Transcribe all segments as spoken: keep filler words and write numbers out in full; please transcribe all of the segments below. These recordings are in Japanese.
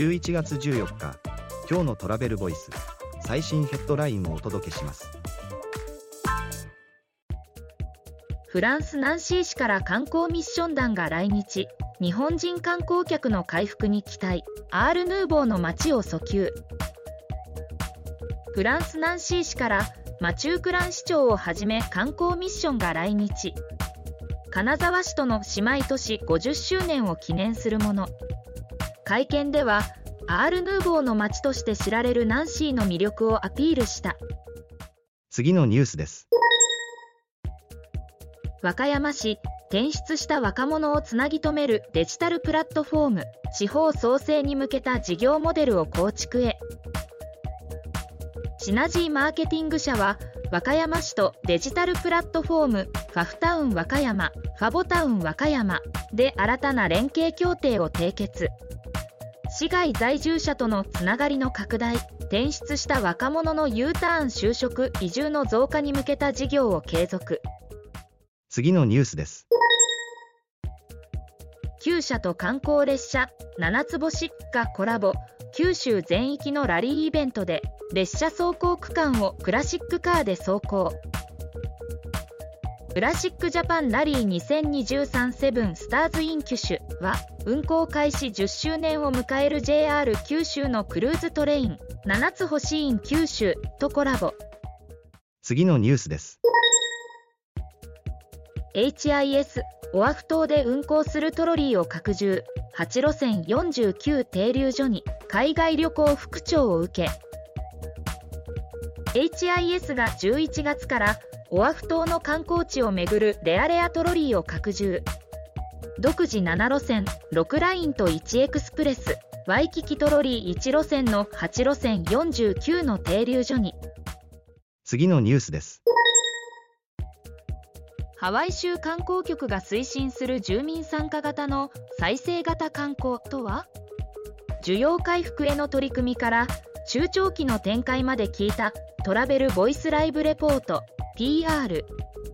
じゅういちがつじゅうよっか、今日のトラベルボイス、最新ヘッドラインをお届けします。 フランス・ナンシー市から観光ミッション団が来日、日本人観光客の回復に期待、アール・ヌーボーの街を訴求。フランス・ナンシー市からマチュー・クラン市長をはじめ観光ミッションが来日。金沢市との姉妹都市ごじゅっしゅうねんを記念するもの。会見ではアール・ヌーボーの街として知られるナンシーの魅力をアピールした。 次のニュースです。 和歌山市、転出した若者をつなぎ止めるデジタルプラットフォーム、地方創生に向けた事業モデルを構築へ。シナジーマーケティング社は和歌山市とデジタルプラットフォームファフタウン和歌山、ファボタウン和歌山で新たな連携協定を締結。市外在住者とのつながりの拡大、転出した若者の U ターン就職・移住の増加に向けた事業を継続。 次のニュースです。 きゅうしゃと観光列車ななつ星がコラボ。九州全域のラリーイベントで列車走行区間をクラシックカーで走行。クラシックジャパンラリーにせんにじゅうさんセブンスターズインキュシュは運行開始じゅっしゅうねんを迎える ジェイアール 九州のクルーズトレインななつ星 in 九州とコラボ。 次のニュースです。 エイチアイエス オアフ島で運行するトロリーを拡充。はちろせんよんじゅうきゅう停留所に海外旅行副長を受け。 エイチアイエス がじゅういちがつからオアフ島の観光地を巡るレアレアトロリーを拡充。独自ななろせん、ろくラインといちエクスプレス、ワイキキトロリーいち路線のはちろせんよんじゅうきゅうの停留所に。 次のニュースです。 ハワイ州観光局が推進する住民参加型の再生型観光とは？需要回復への取り組みから中長期の展開まで聞いたトラベルボイスライブレポート ピーアール。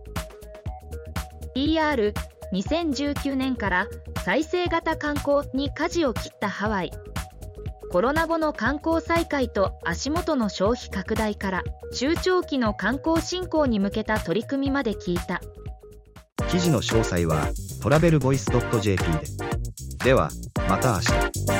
ピーアール、にせんじゅうきゅうねんから再生型観光に舵を切ったハワイ。コロナ後の観光再開と足元の消費拡大から中長期の観光振興に向けた取り組みまで聞いた。 記事の詳細はトラベルボイス .ジェーピー で。ではまた明日。